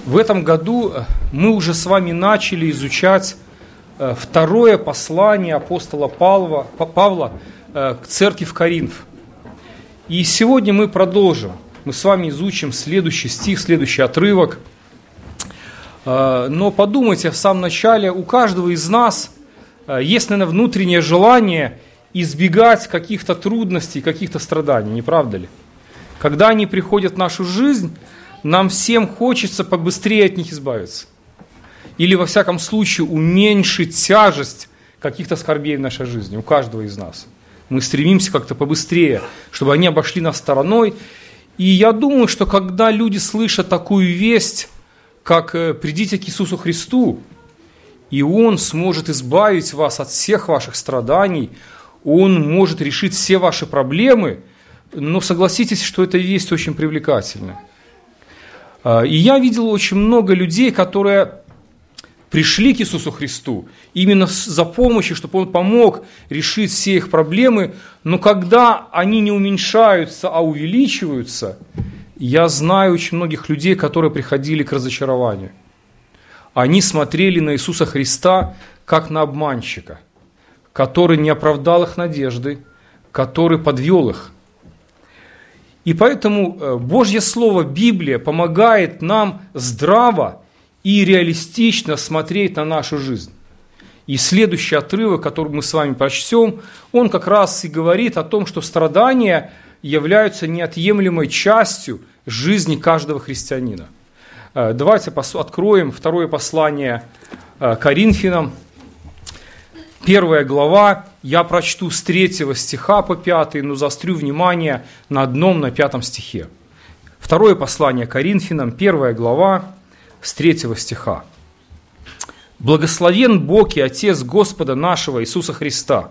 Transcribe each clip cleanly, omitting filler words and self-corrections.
В этом году мы уже с вами начали изучать второе послание апостола Павла к церкви в Коринф. И сегодня мы продолжим. Мы с вами изучим следующий стих, следующий отрывок. Но подумайте в самом начале, у каждого из нас есть, наверное, внутреннее желание избегать каких-то трудностей, каких-то страданий, не правда ли? Когда они приходят в нашу жизнь, нам всем хочется побыстрее от них избавиться. Или, во всяком случае, уменьшить тяжесть каких-то скорбей в нашей жизни, у каждого из нас. Мы стремимся как-то побыстрее, чтобы они обошли нас стороной. И я думаю, что когда люди слышат такую весть, как «придите к Иисусу Христу», и Он сможет избавить вас от всех ваших страданий, Он может решить все ваши проблемы, но согласитесь, что эта весть очень привлекательна. И я видел очень много людей, которые пришли к Иисусу Христу именно за помощью, чтобы Он помог решить все их проблемы, но когда они не уменьшаются, а увеличиваются, я знаю очень многих людей, которые приходили к разочарованию. Они смотрели на Иисуса Христа как на обманщика, который не оправдал их надежды, который подвел их. И поэтому Божье Слово, Библия, помогает нам здраво и реалистично смотреть на нашу жизнь. И следующий отрывок, который мы с вами прочтем, он как раз и говорит о том, что страдания являются неотъемлемой частью жизни каждого христианина. Давайте откроем второе послание Коринфянам, 1 глава, я прочту с 3 стиха по 5, но заострю внимание на 5 стихе. Второе послание Коринфянам, 1 глава, с 3 стиха. «Благословен Бог и Отец Господа нашего Иисуса Христа,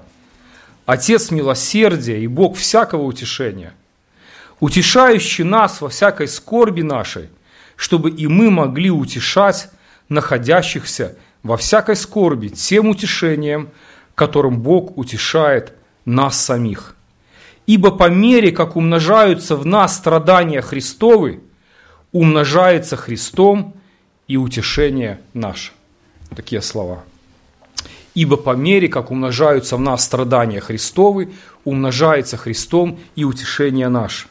Отец милосердия и Бог всякого утешения, утешающий нас во всякой скорби нашей, чтобы и мы могли утешать находящихся во всякой скорби тем утешением, которым Бог утешает нас самих. Ибо по мере, как умножаются в нас страдания Христовы, умножается Христом и утешение наше». Такие слова. «Ибо по мере, как умножаются в нас страдания Христовы, умножается Христом и утешение наше».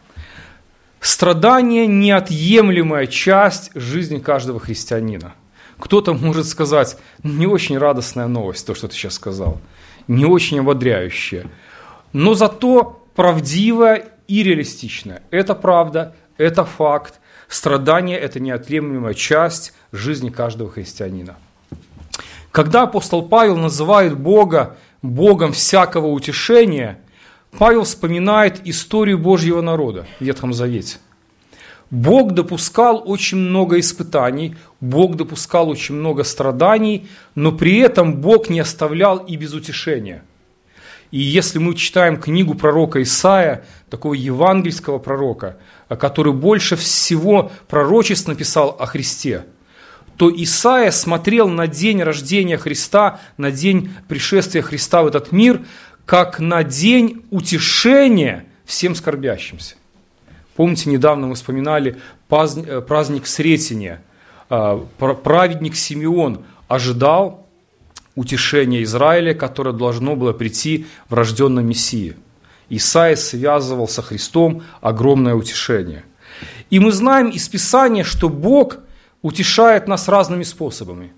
Страдание – неотъемлемая часть жизни каждого христианина. Кто-то может сказать, не очень радостная новость, то, что ты сейчас сказал, не очень ободряющая, но зато правдивая и реалистичная. Это правда, это факт. Страдание – это неотъемлемая часть жизни каждого христианина. Когда апостол Павел называет Бога Богом всякого утешения, Павел вспоминает историю Божьего народа в Ветхом Завете. Бог допускал очень много испытаний, Бог допускал очень много страданий, но при этом Бог не оставлял и без утешения. И если мы читаем книгу пророка Исаия, такого евангельского пророка, который больше всего пророчеств написал о Христе, то Исаия смотрел на день рождения Христа, на день пришествия Христа в этот мир, как на день утешения всем скорбящимся. Помните, недавно мы вспоминали праздник Сретения. Праведник Симеон ожидал утешения Израиля, которое должно было прийти в рожденном Мессии. Исаия связывал со Христом огромное утешение. И мы знаем из Писания, что Бог утешает нас разными способами.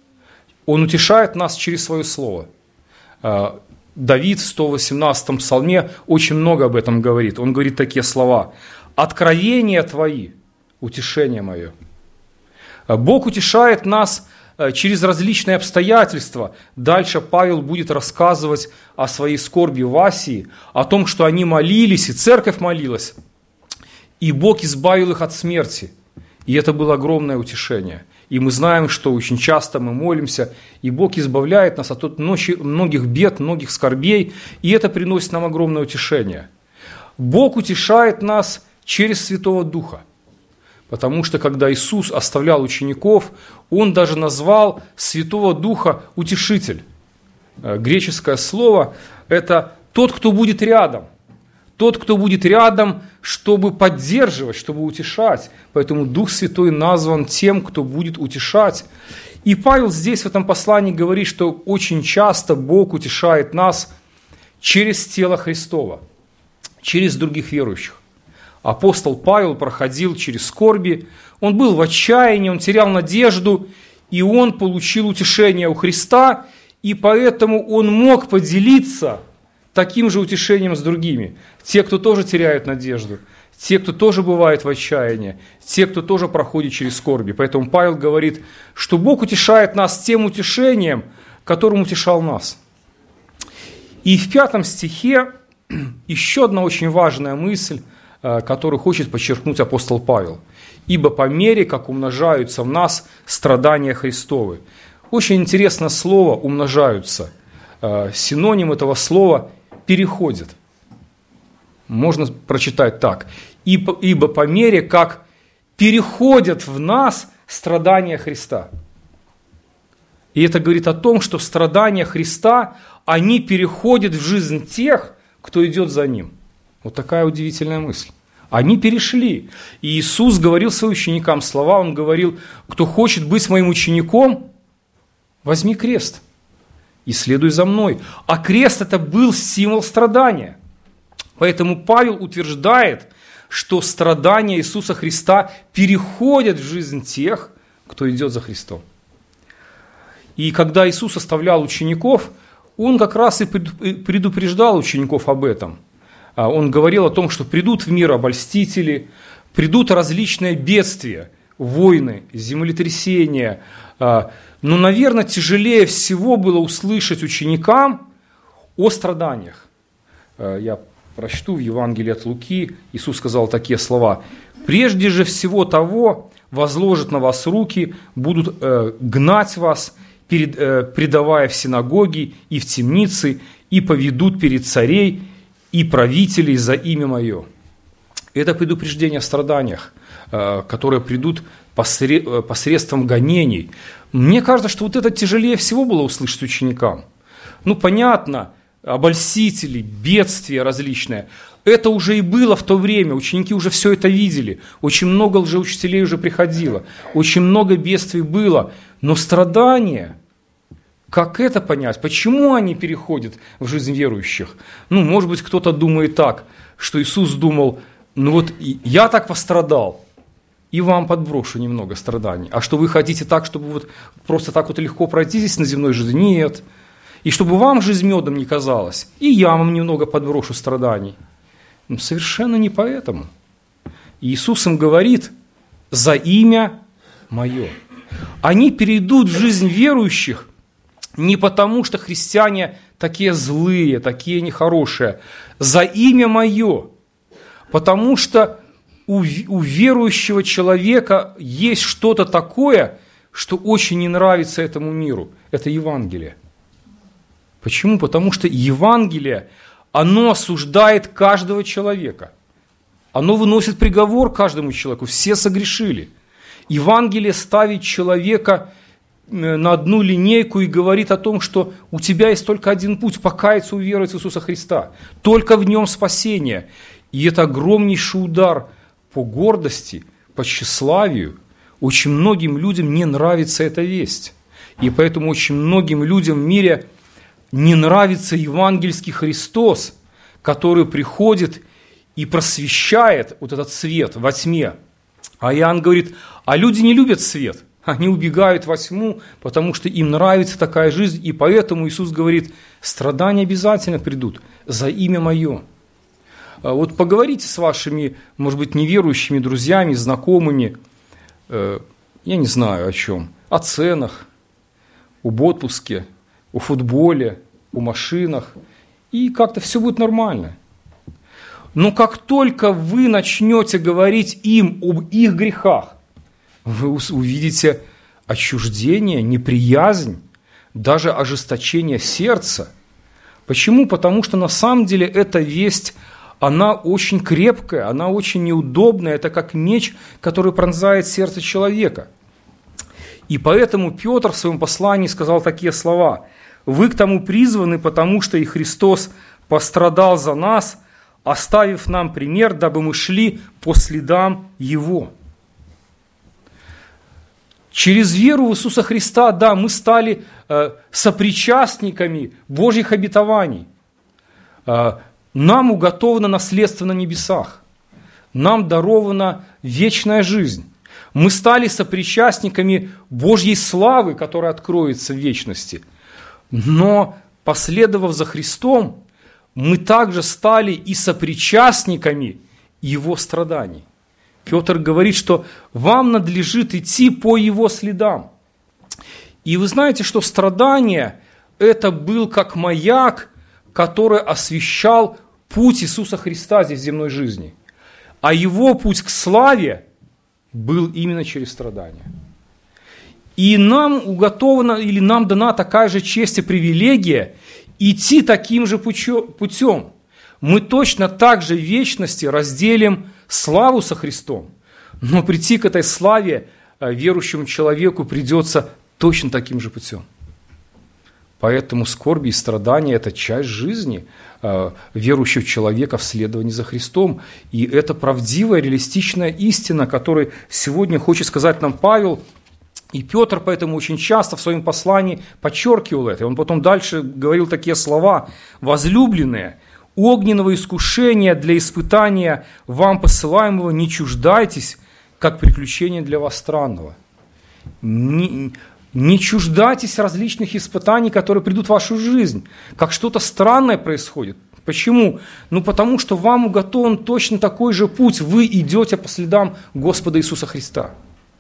Он утешает нас через свое Слово. Давид в 118-м псалме очень много об этом говорит. Он говорит такие слова: «Откровения твои, утешение мое». Бог утешает нас через различные обстоятельства. Дальше Павел будет рассказывать о своей скорби в Асии, о том, что они молились, и церковь молилась, и Бог избавил их от смерти. И это было огромное утешение. И мы знаем, что очень часто мы молимся, и Бог избавляет нас от многих бед, многих скорбей, и это приносит нам огромное утешение. Бог утешает нас через Святого Духа, потому что когда Иисус оставлял учеников, Он даже назвал Святого Духа утешитель. Греческое слово – это тот, кто будет рядом, тот, кто будет рядом, чтобы поддерживать, чтобы утешать. Поэтому Дух Святой назван тем, кто будет утешать. И Павел здесь в этом послании говорит, что очень часто Бог утешает нас через тело Христова, через других верующих. Апостол Павел проходил через скорби, он был в отчаянии, он терял надежду, и он получил утешение у Христа, и поэтому он мог поделиться таким же утешением с другими. Те, кто тоже теряют надежду, те, кто тоже бывает в отчаянии, те, кто тоже проходит через скорби. Поэтому Павел говорит, что Бог утешает нас тем утешением, которым утешал нас. И в 5 стихе еще одна очень важная мысль, которую хочет подчеркнуть апостол Павел. «Ибо по мере, как умножаются в нас страдания Христовы». Очень интересное слово «умножаются». Синоним этого слова «переходит». Можно прочитать так. «Ибо по мере, как переходят в нас страдания Христа». И это говорит о том, что страдания Христа, они переходят в жизнь тех, кто идет за Ним. Вот такая удивительная мысль. Они перешли. И Иисус говорил своим ученикам слова, Он говорил, кто хочет быть моим учеником, возьми крест и следуй за мной. А крест это был символ страдания. Поэтому Павел утверждает, что страдания Иисуса Христа переходят в жизнь тех, кто идет за Христом. И когда Иисус оставлял учеников, Он как раз и предупреждал учеников об этом. Он говорил о том, что придут в мир обольстители, придут различные бедствия, войны, землетрясения. Но, наверное, тяжелее всего было услышать ученикам о страданиях. Я прочту в Евангелии от Луки, Иисус сказал такие слова. «Прежде же всего того возложат на вас руки, будут гнать вас, предавая в синагоги и в темницы, и поведут перед царей и правителей за имя Мое». Это предупреждение о страданиях, которые придут посредством гонений. Мне кажется, что вот это тяжелее всего было услышать ученикам. Ну, понятно, обольстители, бедствия различные. Это уже и было в то время, ученики уже все это видели. Очень много лжеучителей уже приходило, очень много бедствий было. Но страдания, как это понять? Почему они переходят в жизнь верующих? Ну, может быть, кто-то думает так, что Иисус думал, ну вот я так пострадал, и вам подброшу немного страданий. А что вы хотите так, чтобы вот просто так вот легко пройти здесь на земной жизни? Нет. И чтобы вам жизнь медом не казалась, и я вам немного подброшу страданий. Ну, совершенно не поэтому. И Иисус им говорит, за имя Мое. Они перейдут в жизнь верующих не потому, что христиане такие злые, такие нехорошие. За имя Мое. Потому что у верующего человека есть что-то такое, что очень не нравится этому миру. Это Евангелие. Почему? Потому что Евангелие, оно осуждает каждого человека. Оно выносит приговор каждому человеку. Все согрешили. Евангелие ставит человека на одну линейку и говорит о том, что у тебя есть только один путь – покаяться, уверовать в Иисуса Христа. Только в Нем спасение. И это огромнейший удар по гордости, по тщеславию. Очень многим людям не нравится эта весть. И поэтому очень многим людям в мире не нравится евангельский Христос, который приходит и просвещает вот этот свет во тьме. А Иоанн говорит, а люди не любят свет, они убегают во тьму, потому что им нравится такая жизнь, и поэтому Иисус говорит, страдания обязательно придут за имя Мое. Вот поговорите с вашими, может быть, неверующими друзьями, знакомыми, я не знаю о чем, о ценах, об отпуске, о футболе, о машинах, и как-то все будет нормально. Но как только вы начнете говорить им об их грехах, вы увидите отчуждение, неприязнь, даже ожесточение сердца. Почему? Потому что на самом деле эта весть, она очень крепкая, она очень неудобная, это как меч, который пронзает сердце человека. И поэтому Петр в своем послании сказал такие слова: «Вы к тому призваны, потому что и Христос пострадал за нас, оставив нам пример, дабы мы шли по следам Его. Через веру в Иисуса Христа, да, мы стали сопричастниками Божьих обетований. Нам уготовано наследство на небесах. Нам дарована вечная жизнь. Мы стали сопричастниками Божьей славы, которая откроется в вечности. Но, последовав за Христом, мы также стали и сопричастниками Его страданий. Петр говорит, что вам надлежит идти по Его следам. И вы знаете, что страдание – это был как маяк, который освещал путь Иисуса Христа здесь в земной жизни. А Его путь к славе был именно через страдания. И нам уготована, или нам дана такая же честь и привилегия идти таким же путем. Мы точно так же в вечности разделим славу со Христом, но прийти к этой славе верующему человеку придется точно таким же путем. Поэтому скорби и страдания – это часть жизни верующего человека в следовании за Христом. И это правдивая, реалистичная истина, которую сегодня хочет сказать нам Павел. И Петр поэтому очень часто в своем послании подчеркивал это. И он потом дальше говорил такие слова: «Возлюбленные, огненного искушения для испытания вам посылаемого не чуждайтесь, как приключение для вас странного». Не чуждайтесь различных испытаний, которые придут в вашу жизнь, как что-то странное происходит. Почему? Потому что вам уготован точно такой же путь. Вы идете по следам Господа Иисуса Христа.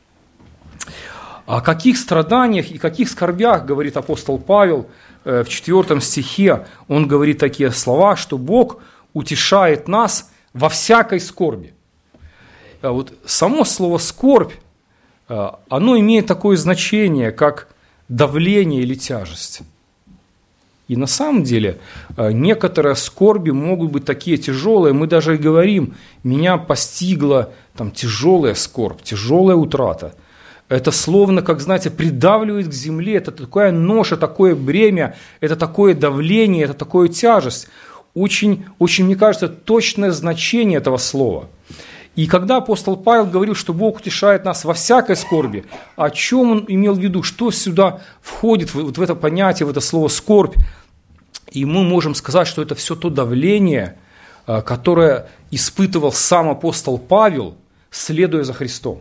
О каких страданиях и каких скорбях говорит апостол Павел в 4 стихе. Он говорит такие слова, что Бог утешает нас во всякой скорби. Вот само слово «скорбь», оно имеет такое значение, как давление или тяжесть. И на самом деле некоторые скорби могут быть такие тяжелые. Мы даже и говорим: меня постигла тяжелая скорбь, тяжелая утрата. Это словно, как, знаете, придавливает к земле. Это такая ноша, такое бремя, это такое давление, это такая тяжесть. Очень, мне кажется, точное значение этого слова. И когда апостол Павел говорил, что Бог утешает нас во всякой скорби, о чем он имел в виду, что сюда входит вот в это понятие, в это слово «скорбь», и мы можем сказать, что это все то давление, которое испытывал сам апостол Павел, следуя за Христом.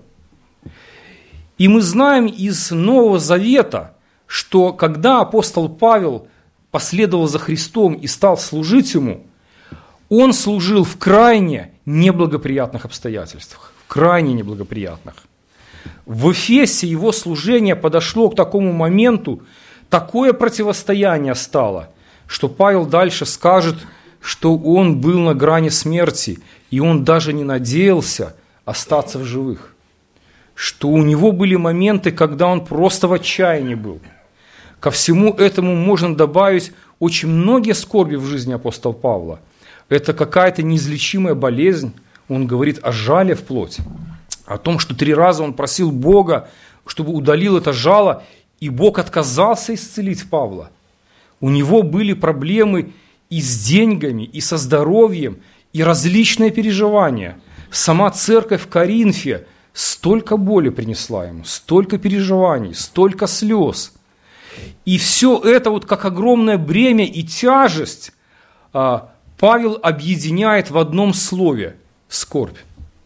И мы знаем из Нового Завета, что когда апостол Павел последовал за Христом и стал служить Ему, он служил в крайне неблагоприятных обстоятельствах, в крайне неблагоприятных. В Эфесе его служение подошло к такому моменту, такое противостояние стало, что Павел дальше скажет, что он был на грани смерти, и он даже не надеялся остаться в живых. Что у него были моменты, когда он просто в отчаянии был. Ко всему этому можно добавить очень многие скорби в жизни апостола Павла. Это какая-то неизлечимая болезнь. Он говорит о жале в плоти, о том, что 3 раза он просил Бога, чтобы удалил это жало, и Бог отказался исцелить Павла. У него были проблемы и с деньгами, и со здоровьем, и различные переживания. Сама церковь в Коринфе столько боли принесла ему, столько переживаний, столько слез. И все это вот как огромное бремя и тяжесть Павел объединяет в одном слове – скорбь.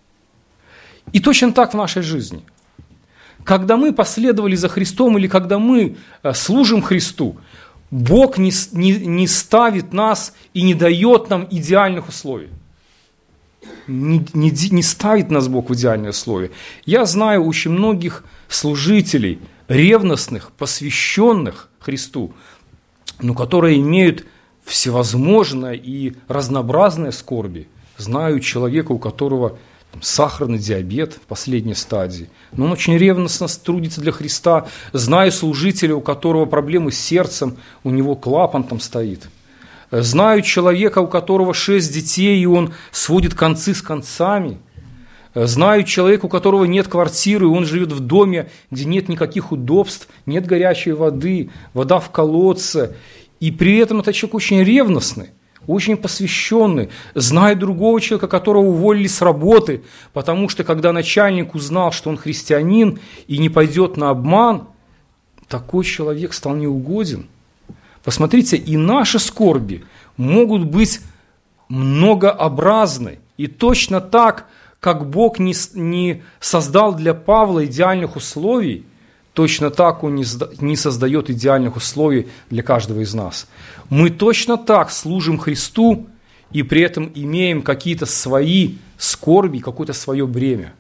И точно так в нашей жизни. Когда мы последовали за Христом или когда мы служим Христу, Бог не ставит нас и не дает нам идеальных условий. Не ставит нас Бог в идеальные условия. Я знаю очень многих служителей, ревностных, посвященных Христу, но которые имеют всевозможные и разнообразные скорби. Знаю человека, у которого сахарный диабет в последней стадии, но он очень ревностно трудится для Христа. Знаю служителя, у которого проблемы с сердцем, у него клапан там стоит. Знаю человека, у которого 6 детей, и он сводит концы с концами. Знаю человека, у которого нет квартиры, и он живет в доме, где нет никаких удобств, нет горячей воды, вода в колодце. И при этом этот человек очень ревностный. очень посвященный, знает другого человека, которого уволили с работы, потому что когда начальник узнал, что он христианин и не пойдет на обман, такой человек стал неугоден. Посмотрите, и наши скорби могут быть многообразны. И точно так, как Бог не создал для Павла идеальных условий, точно так Он не создает идеальных условий для каждого из нас. Мы точно так служим Христу и при этом имеем какие-то свои скорби, какое-то свое бремя.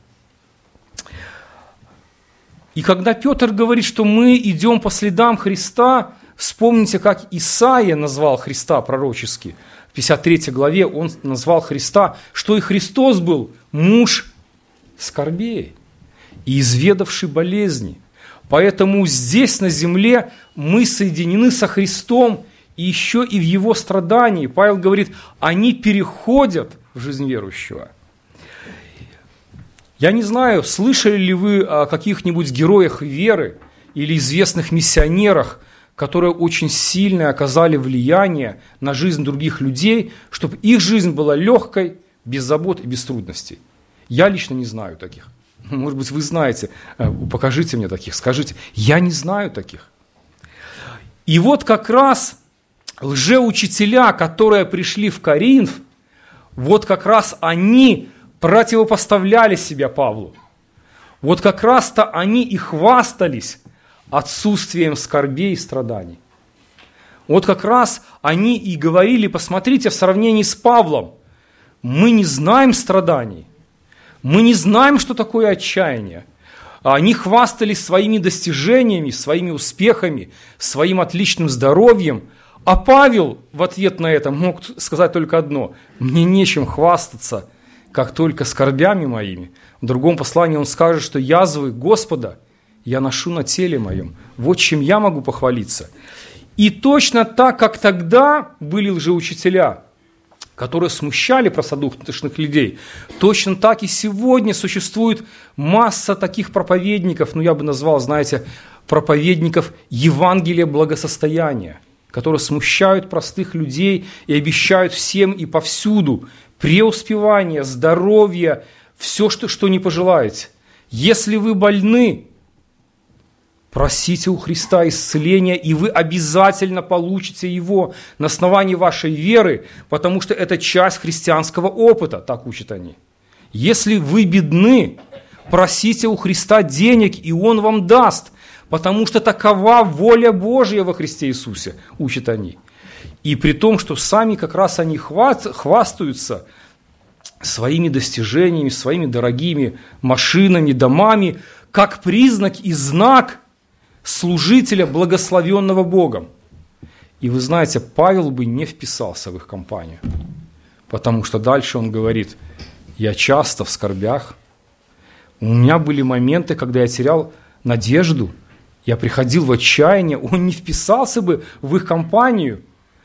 И когда Петр говорит, что мы идем по следам Христа, вспомните, как Исаия назвал Христа пророчески. В 53 главе он назвал Христа, что и Христос был муж скорбей и изведавший болезни. Поэтому здесь на земле мы соединены со Христом и еще и в Его страдании. Павел говорит, они переходят в жизнь верующего. Я не знаю, слышали ли вы о каких-нибудь героях веры или известных миссионерах, которые очень сильно оказали влияние на жизнь других людей, чтобы их жизнь была легкой, без забот и без трудностей. Я лично не знаю таких. Может быть, вы знаете, покажите мне таких, скажите. Я не знаю таких. И вот как раз лжеучителя, которые пришли в Коринф, вот как раз они противопоставляли себя Павлу. Вот как раз-то они и хвастались отсутствием скорбей и страданий. Вот как раз они и говорили, посмотрите, в сравнении с Павлом, мы не знаем страданий, мы не знаем, что такое отчаяние. Они хвастались своими достижениями, своими успехами, своим отличным здоровьем, а Павел в ответ на это мог сказать только одно: мне нечем хвастаться, как только скорбями моими. В другом послании он скажет, что язвы Господа я ношу на теле моем. Вот чем я могу похвалиться. И точно так, как тогда были лжеучителя, которые смущали простодушных людей, точно так и сегодня существует масса таких проповедников, я бы назвал, знаете, проповедников Евангелия благосостояния, которые смущают простых людей и обещают всем и повсюду преуспевание, здоровье, все, что не пожелаете. Если вы больны, просите у Христа исцеления, и вы обязательно получите его на основании вашей веры, потому что это часть христианского опыта, так учат они. Если вы бедны, просите у Христа денег, и Он вам даст, потому что такова воля Божья во Христе Иисусе, учат они. И при том, что сами как раз они хвастаются своими достижениями, своими дорогими машинами, домами, как признак и знак служителя, благословенного Богом. И вы знаете, Павел бы не вписался в их компанию, потому что дальше он говорит: я часто в скорбях, у меня были моменты, когда я терял надежду, я приходил в отчаяние, он не вписался бы в их компанию,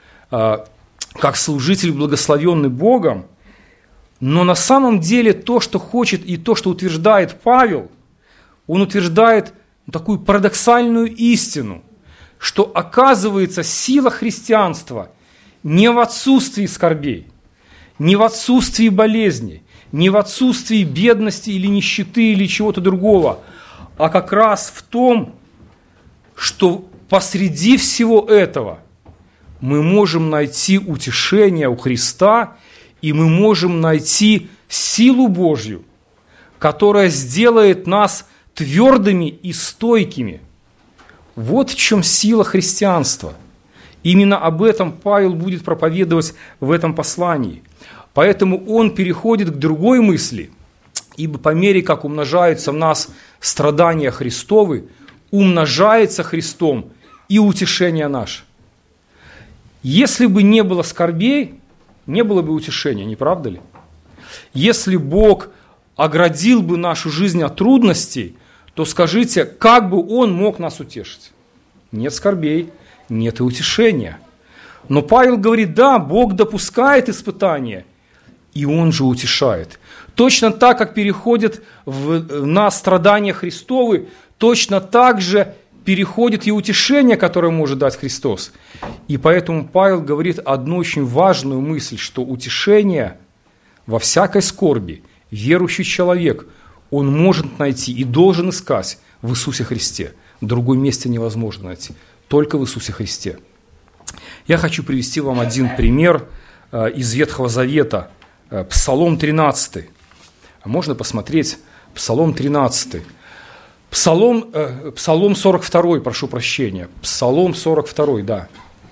как служитель, благословенный Богом. Но на самом деле то, что хочет и то, что утверждает Павел, он утверждает такую парадоксальную истину, что оказывается сила христианства не в отсутствии скорбей, не в отсутствии болезней, не в отсутствии бедности или нищеты или чего-то другого, а как раз в том, что посреди всего этого мы можем найти утешение у Христа, и мы можем найти силу Божью, которая сделает нас твердыми и стойкими. Вот в чем сила христианства. Именно об этом Павел будет проповедовать в этом послании. Поэтому он переходит к другой мысли. Ибо по мере, как умножаются в нас страдания Христовы, умножается Христом и утешение наше. Если бы не было скорбей, не было бы утешения, не правда ли? Если Бог оградил бы нашу жизнь от трудностей, то скажите, как бы Он мог нас утешить? Нет скорбей, нет и утешения. Но Павел говорит, да, Бог допускает испытания, и Он же утешает. Точно так, как переходят на страдания Христовы, точно так же переходит и утешение, которое может дать Христос. И поэтому Павел говорит одну очень важную мысль, что утешение во всякой скорби верующий человек, он может найти и должен искать в Иисусе Христе. В другом месте невозможно найти, только в Иисусе Христе. Я хочу привести вам один пример из Ветхого Завета, Псалом 13. Можно посмотреть Псалом 13. Псалом 42, прошу прощения. Псалом 42, да.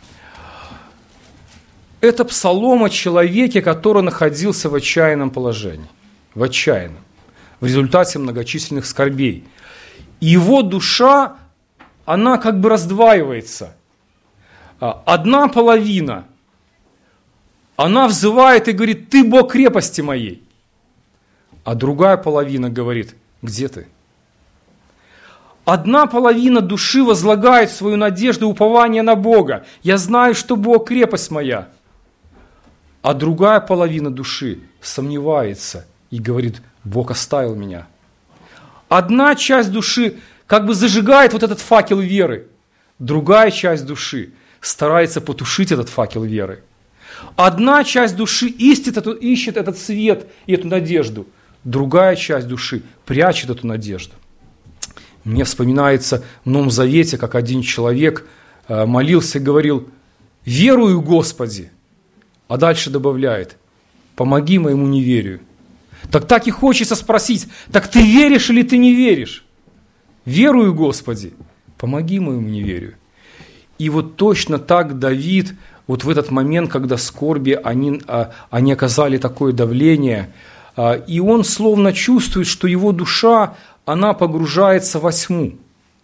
Это псалом о человеке, который находился в отчаянном положении. В отчаянном. В результате многочисленных скорбей. И его душа, она как бы раздваивается. Одна половина, она взывает и говорит: «Ты Бог крепости моей». А другая половина говорит: «Где ты?» Одна половина души возлагает свою надежду и упование на Бога. «Я знаю, что Бог крепость моя». А другая половина души сомневается и говорит: «Бог оставил меня». Одна часть души как бы зажигает вот этот факел веры. Другая часть души старается потушить этот факел веры. Одна часть души ищет этот свет и эту надежду. Другая часть души прячет эту надежду. Мне вспоминается в Новом Завете, как один человек молился и говорил: «Верую, Господи», а дальше добавляет: «Помоги моему неверию». Так и хочется спросить: так ты веришь или ты не веришь? «Верую, Господи, помоги моему неверию». И вот точно так Давид, вот в этот момент, когда скорби, они оказали такое давление, и он словно чувствует, что его душа, она погружается во тьму.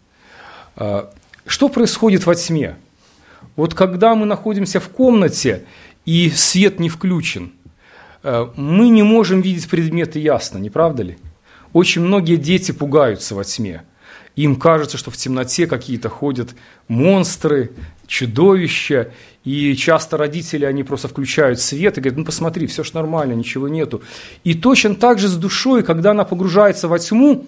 Что происходит во тьме? Вот когда мы находимся в комнате, и свет не включен, мы не можем видеть предметы ясно, не правда ли? Очень многие дети пугаются во тьме. Им кажется, что в темноте какие-то ходят монстры, чудовища, и часто родители, они просто включают свет и говорят: «Ну посмотри, все ж нормально, ничего нету». И точно так же с душой, когда она погружается во тьму,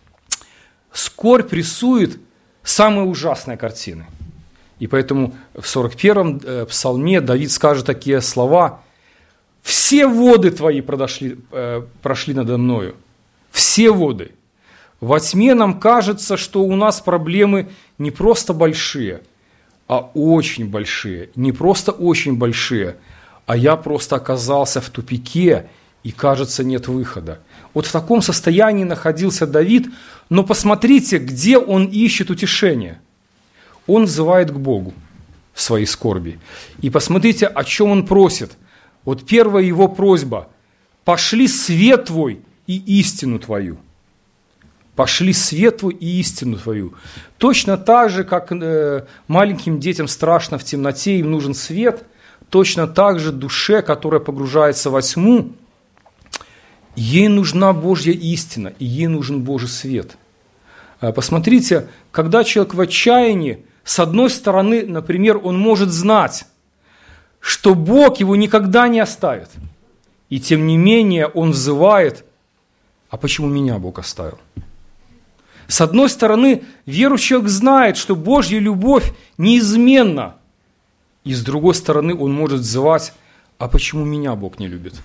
скорбь рисует самые ужасные картины. И поэтому в 41-м псалме Давид скажет такие слова: «Все воды твои прошли надо мною». Все воды. Во тьме нам кажется, что у нас проблемы не просто большие, а очень большие. Не просто очень большие, а я просто оказался в тупике, и, кажется, нет выхода. Вот в таком состоянии находился Давид, но посмотрите, где он ищет утешение. Он взывает к Богу в своей скорби. И посмотрите, о чем он просит. Вот первая его просьба: «Пошли свет твой и истину твою». «Пошли свет твой и истину твою». Точно так же, как маленьким детям страшно в темноте, им нужен свет, точно так же душе, которая погружается во тьму, ей нужна Божья истина, и ей нужен Божий свет. Посмотрите, когда человек в отчаянии, с одной стороны, например, он может знать, что Бог его никогда не оставит, и тем не менее он взывает: «А почему меня Бог оставил?» С одной стороны, верующий человек знает, что Божья любовь неизменна, и с другой стороны он может взывать: «А почему меня Бог не любит?»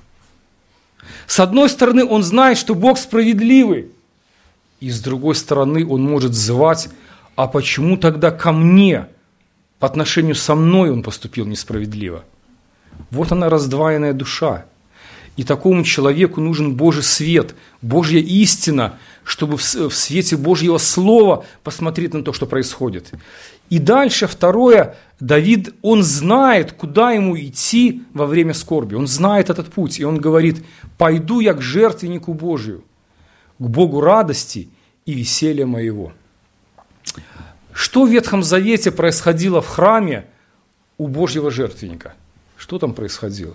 С одной стороны, он знает, что Бог справедливый, и с другой стороны он может взывать: «А почему тогда ко мне, по отношению со мной он поступил несправедливо?» Вот она, раздвоенная душа. И такому человеку нужен Божий свет, Божья истина, чтобы в свете Божьего Слова посмотреть на то, что происходит. И дальше, второе, Давид, он знает, куда ему идти во время скорби. Он знает этот путь, и он говорит: «Пойду я к жертвеннику Божию, к Богу радости и веселья моего». Что в Ветхом Завете происходило в храме у Божьего жертвенника? Что там происходило?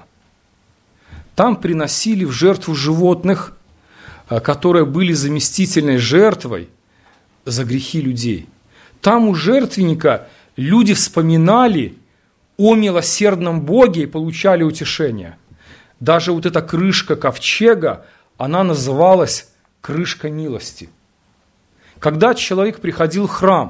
Там приносили в жертву животных, которые были заместительной жертвой за грехи людей. Там у жертвенника люди вспоминали о милосердном Боге и получали утешение. Даже вот эта крышка ковчега, она называлась крышка милости. Когда человек приходил в храм,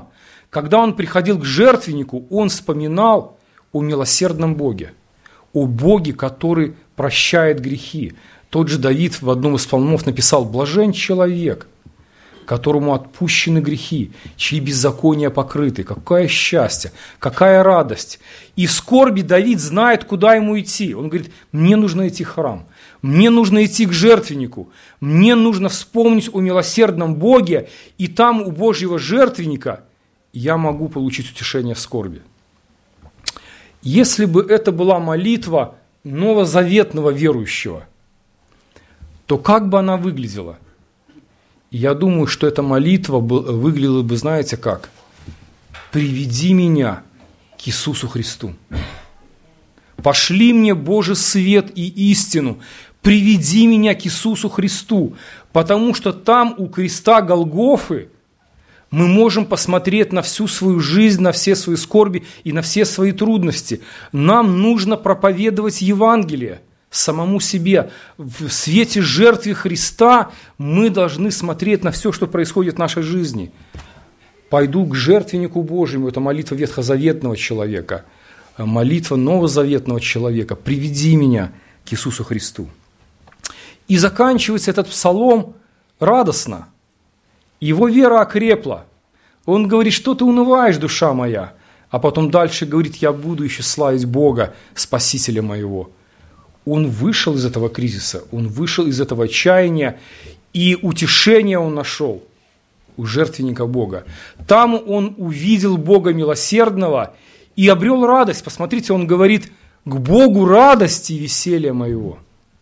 когда он приходил к жертвеннику, он вспоминал о милосердном Боге, о Боге, который прощает грехи. Тот же Давид в одном из псалмов написал: «Блажен человек, которому отпущены грехи, чьи беззакония покрыты». Какое счастье, какая радость. И в скорби Давид знает, куда ему идти. Он говорит: мне нужно идти в храм, мне нужно идти к жертвеннику, мне нужно вспомнить о милосердном Боге, и там у Божьего жертвенника я могу получить утешение в скорби. Если бы это была молитва новозаветного верующего, то как бы она выглядела? Я думаю, что эта молитва выглядела бы, знаете как? «Приведи меня к Иисусу Христу. Пошли мне, Боже, свет и истину. Приведи меня к Иисусу Христу». Потому что там, у креста Голгофы, мы можем посмотреть на всю свою жизнь, на все свои скорби и на все свои трудности. Нам нужно проповедовать Евангелие самому себе. В свете жертвы Христа мы должны смотреть на все, что происходит в нашей жизни. «Пойду к жертвеннику Божьему» – это молитва ветхозаветного человека. Молитва новозаветного человека: «Приведи меня к Иисусу Христу». И заканчивается этот псалом радостно. Его вера окрепла. Он говорит: что ты унываешь, душа моя? А потом дальше говорит: я буду еще славить Бога, Спасителя моего. Он вышел из этого кризиса, он вышел из этого отчаяния, и утешение он нашел у жертвенника Бога. Там он увидел Бога милосердного и обрел радость. Посмотрите, он говорит: к Богу радости и веселья моего.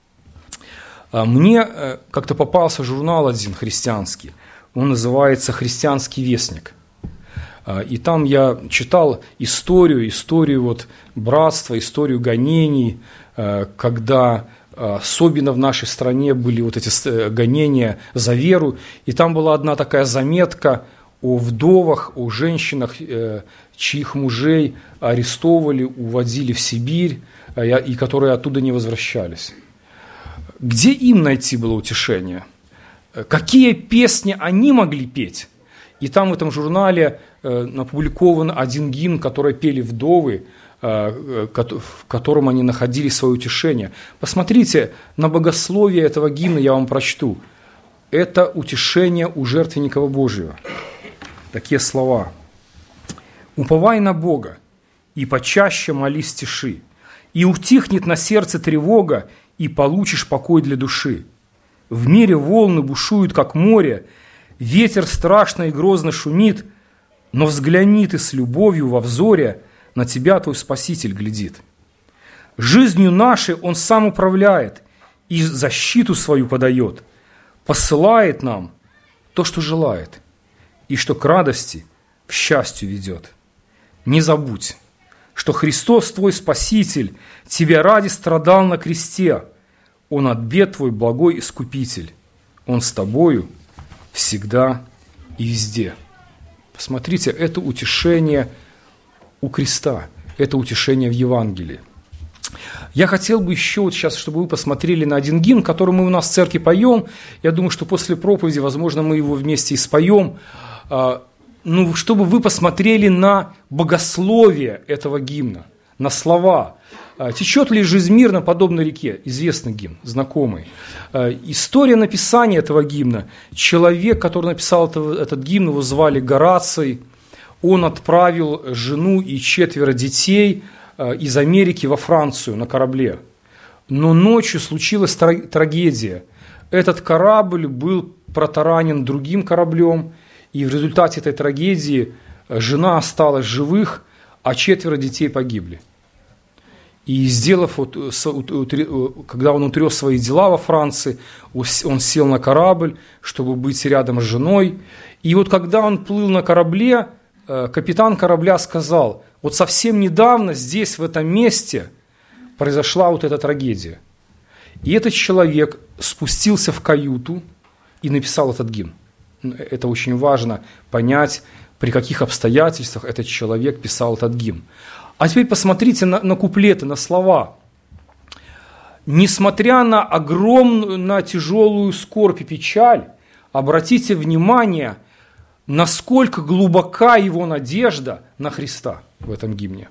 Мне как-то попался журнал один христианский, он называется «Христианский вестник». И там я читал историю вот братства, историю гонений, когда особенно в нашей стране были вот эти гонения за веру. И там была одна такая заметка о вдовах, о женщинах, чьих мужей арестовывали, уводили в Сибирь, и которые оттуда не возвращались. Где им найти было утешение? Какие песни они могли петь? И там в этом журнале опубликован один гимн, который пели вдовы, в котором они находили свое утешение. Посмотрите на богословие этого гимна, я вам прочту. Это утешение у жертвенника Божьего. Такие слова: «Уповай на Бога, и почаще молись тиши, и утихнет на сердце тревога, и получишь покой для души. В мире волны бушуют, как море, ветер страшно и грозно шумит, но взгляни ты с любовью во взоре, на тебя твой Спаситель глядит. Жизнью нашей Он сам управляет и защиту свою подает, посылает нам то, что желает, и что к радости, к счастью ведет. Не забудь, что Христос твой Спаситель тебя ради страдал на кресте. Он от бед твой благой Искупитель. Он с тобою всегда и везде». Посмотрите, это утешение у креста, это утешение в Евангелии. Я хотел бы еще вот сейчас, чтобы вы посмотрели на один гимн, который мы у нас в церкви поем. Я думаю, что после проповеди, возможно, мы его вместе и споем. Чтобы вы посмотрели на богословие этого гимна, на слова. «Течет ли жизнь мирно, подобно реке?» Известный гимн, знакомый. История написания этого гимна. Человек, который написал этот гимн, его звали Гораций. Он отправил жену и 4 детей из Америки во Францию на корабле. Но ночью случилась трагедия. Этот корабль был протаранен другим кораблем, и в результате этой трагедии жена осталась живых, а 4 детей погибли. И когда он утряс свои дела во Франции, он сел на корабль, чтобы быть рядом с женой. И вот когда он плыл на корабле, капитан корабля сказал: вот совсем недавно здесь, в этом месте, произошла вот эта трагедия. И этот человек спустился в каюту и написал этот гимн. Это очень важно понять, при каких обстоятельствах этот человек писал этот гимн. А теперь посмотрите на куплеты, на слова. «Несмотря на огромную, на тяжелую скорбь и печаль, обратите внимание насколько глубока его надежда на Христа в этом гимне.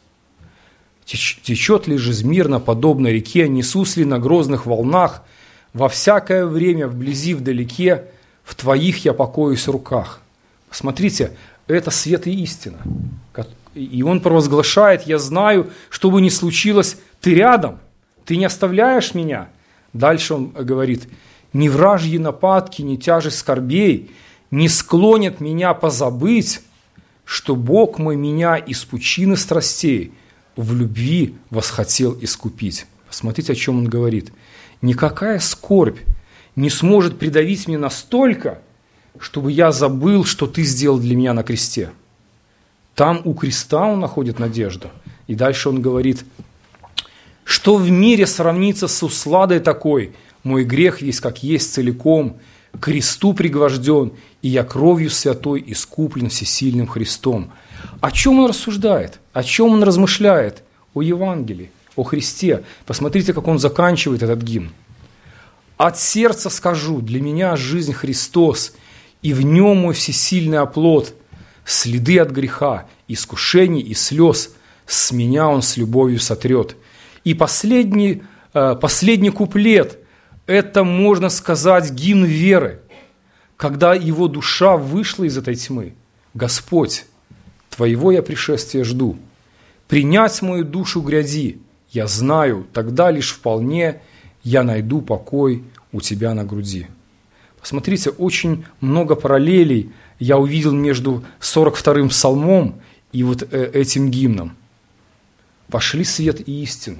«Течет ли жизнь мирно, подобно реке, несусь ли на грозных волнах, во всякое время, вблизи, вдалеке, в Твоих я покоюсь руках». Смотрите, это свет и истина. И он провозглашает: «Я знаю, что бы ни случилось, Ты рядом, Ты не оставляешь меня». Дальше он говорит: «Ни вражьи нападки, ни тяжесть скорбей не склонят меня позабыть, что Бог мой меня из пучины страстей в любви восхотел искупить». Посмотрите, о чем он говорит. «Никакая скорбь не сможет придавить меня настолько, чтобы я забыл, что Ты сделал для меня на кресте». Там у креста он находит надежду. И дальше он говорит: «Что в мире сравнится с усладой такой? Мой грех весь как есть целиком, к кресту пригвожден, и я кровью святой искуплен всесильным Христом». О чем он рассуждает? О чем он размышляет? О Евангелии, о Христе. Посмотрите, как он заканчивает этот гимн. «От сердца скажу, для меня жизнь Христос, и в нем мой всесильный оплот. Следы от греха, искушений и слез с меня он с любовью сотрет». И последний куплет – это, можно сказать, гимн веры, когда его душа вышла из этой тьмы. «Господь, Твоего я пришествия жду, принять мою душу гряди, я знаю, тогда лишь вполне я найду покой у Тебя на груди». Посмотрите, очень много параллелей я увидел между 42-м псалмом и вот этим гимном. «Пошли свет и истину».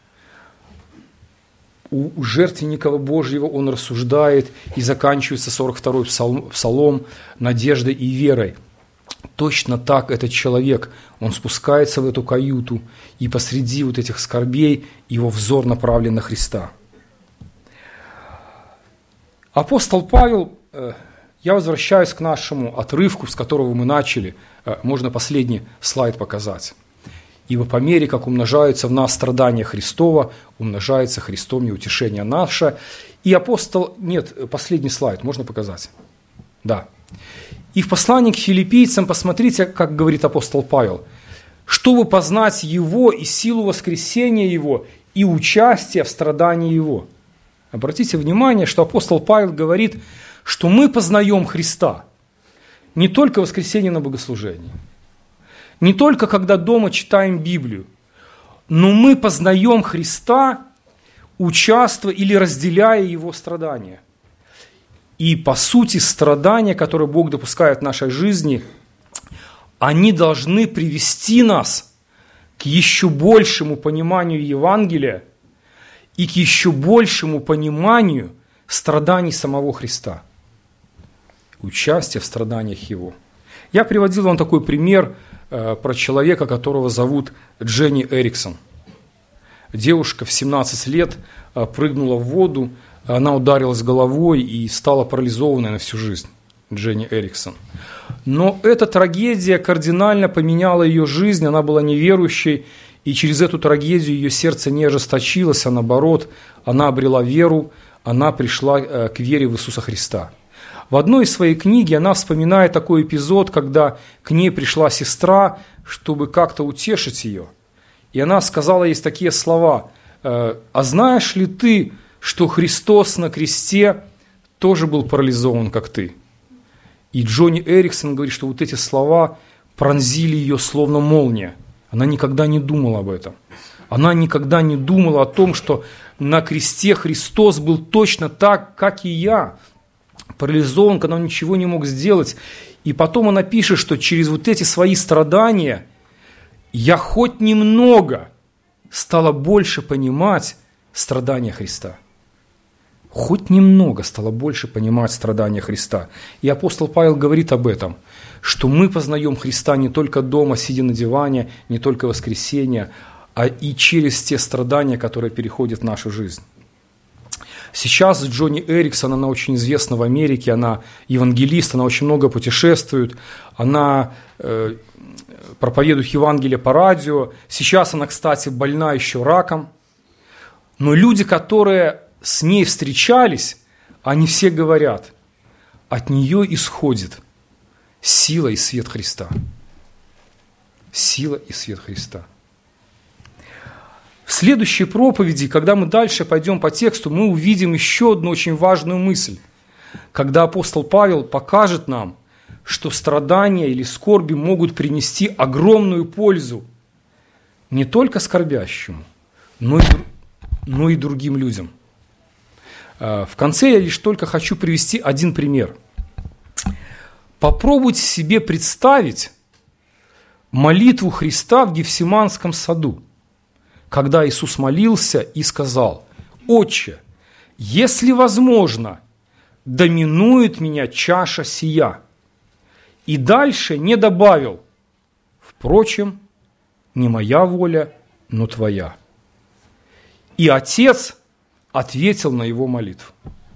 У жертвенника Божьего он рассуждает, и заканчивается 42-й псалом надеждой и верой. Точно так этот человек, он спускается в эту каюту, и посреди вот этих скорбей его взор направлен на Христа. Апостол Павел, я возвращаюсь к нашему отрывку, с которого мы начали, можно последний слайд показать. «Ибо по мере, как умножаются в нас страдания Христова, умножается Христом и утешение наше». И апостол... Нет, последний слайд, можно показать? Да. И в послании к филиппийцам, посмотрите, как говорит апостол Павел: «Чтобы познать Его и силу воскресения Его, и участие в страдании Его». Обратите внимание, что апостол Павел говорит, что мы познаем Христа не только в воскресенье на богослужении, не только когда дома читаем Библию, но мы познаем Христа, участвуя или разделяя Его страдания. И по сути страдания, которые Бог допускает в нашей жизни, они должны привести нас к еще большему пониманию Евангелия и к еще большему пониманию страданий самого Христа, участие в страданиях Его. Я приводил вам такой пример про человека, которого зовут Дженни Эриксон. Девушка в 17 лет прыгнула в воду, она ударилась головой и стала парализованной на всю жизнь. Дженни Эриксон. Но эта трагедия кардинально поменяла ее жизнь, она была неверующей, и через эту трагедию ее сердце не ожесточилось, а наоборот, она обрела веру, она пришла к вере в Иисуса Христа. В одной из своей книги она вспоминает такой эпизод, когда к ней пришла сестра, чтобы как-то утешить ее. И она сказала ей такие слова: «А знаешь ли ты, что Христос на кресте тоже был парализован, как ты?» И Джонни Эриксон говорит, что вот эти слова пронзили ее словно молния. Она никогда не думала об этом. Она никогда не думала о том, что на кресте Христос был точно так, как и я, парализован, когда он ничего не мог сделать. И потом она пишет, что через вот эти свои страдания я хоть немного стала больше понимать страдания Христа. Хоть немного стала больше понимать страдания Христа. И апостол Павел говорит об этом, что мы познаем Христа не только дома, сидя на диване, не только в воскресенье, а и через те страдания, которые переходят в нашу жизнь. Сейчас Джонни Эриксон, она очень известна в Америке, она евангелист, она очень много путешествует, она проповедует Евангелие по радио. Сейчас она, кстати, больна еще раком. Но люди, которые с ней встречались, они все говорят: от нее исходит Сила и свет Христа. Сила и свет Христа. В следующей проповеди, когда мы дальше пойдем по тексту, мы увидим еще одну очень важную мысль. Когда апостол Павел покажет нам, что страдания или скорби могут принести огромную пользу не только скорбящему, но и другим людям. В конце я лишь только хочу привести один пример. Попробуйте себе представить молитву Христа в Гефсиманском саду, когда Иисус молился и сказал: «Отче, если возможно, доминует меня чаша сия». И дальше не добавил: «Впрочем, не моя воля, но твоя». И Отец ответил на его молитву: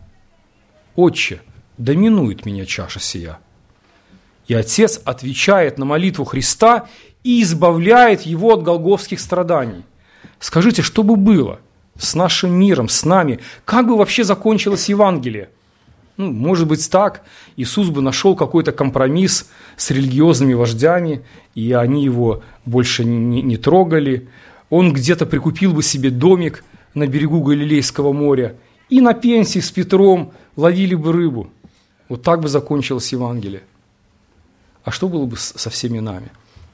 «Отче, доминует меня чаша сия». И Отец отвечает на молитву Христа и избавляет его от голгофских страданий. Скажите, что бы было с нашим миром, с нами? Как бы вообще закончилось Евангелие? Может быть так, Иисус бы нашел какой-то компромисс с религиозными вождями, и они его больше не трогали. Он где-то прикупил бы себе домик на берегу Галилейского моря, и на пенсии с Петром ловили бы рыбу. Вот так бы закончилось Евангелие. А что было бы со всеми нами,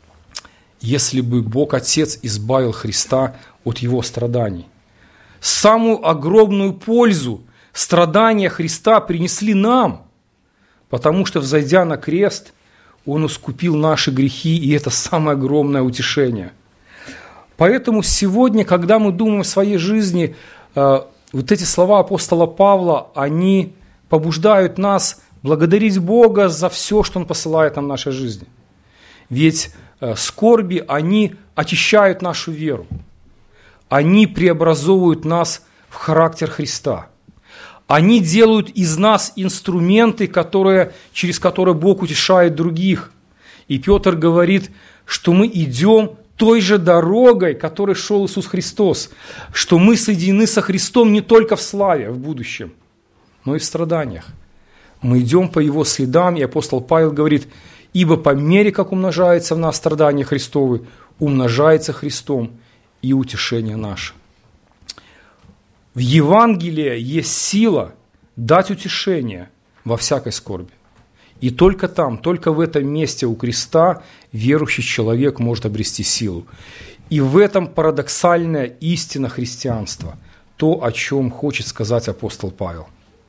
если бы Бог Отец избавил Христа от его страданий? Самую огромную пользу страдания Христа принесли нам, потому что, взойдя на крест, Он искупил наши грехи, и это самое огромное утешение. Поэтому сегодня, когда мы думаем о своей жизни, вот эти слова апостола Павла, они побуждают нас благодарить Бога за все, что Он посылает нам в нашей жизни. Ведь скорби, они очищают нашу веру. Они преобразовывают нас в характер Христа. Они делают из нас инструменты, через которые Бог утешает других. И Петр говорит, что мы идем той же дорогой, которой шел Иисус Христос, что мы соединены со Христом не только в славе в будущем, но и в страданиях. Мы идем по Его следам, и апостол Павел говорит: «Ибо по мере, как умножается в нас страдания Христовы, умножается Христом и утешение наше». В Евангелии есть сила дать утешение во всякой скорби. И только там, только в этом месте у креста верующий человек может обрести силу. И в этом парадоксальная истина христианства, то, о чем хочет сказать апостол Павел.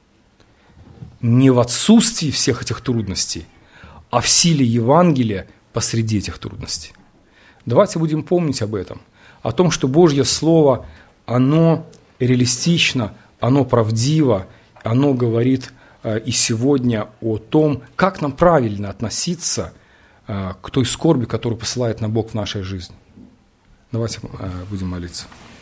Не в отсутствии всех этих трудностей, а в силе Евангелия посреди этих трудностей. Давайте будем помнить об этом, о том, что Божье Слово, оно реалистично, оно правдиво, оно говорит и сегодня о том, как нам правильно относиться к той скорби, которую посылает нам Бог в нашей жизни. Давайте будем молиться.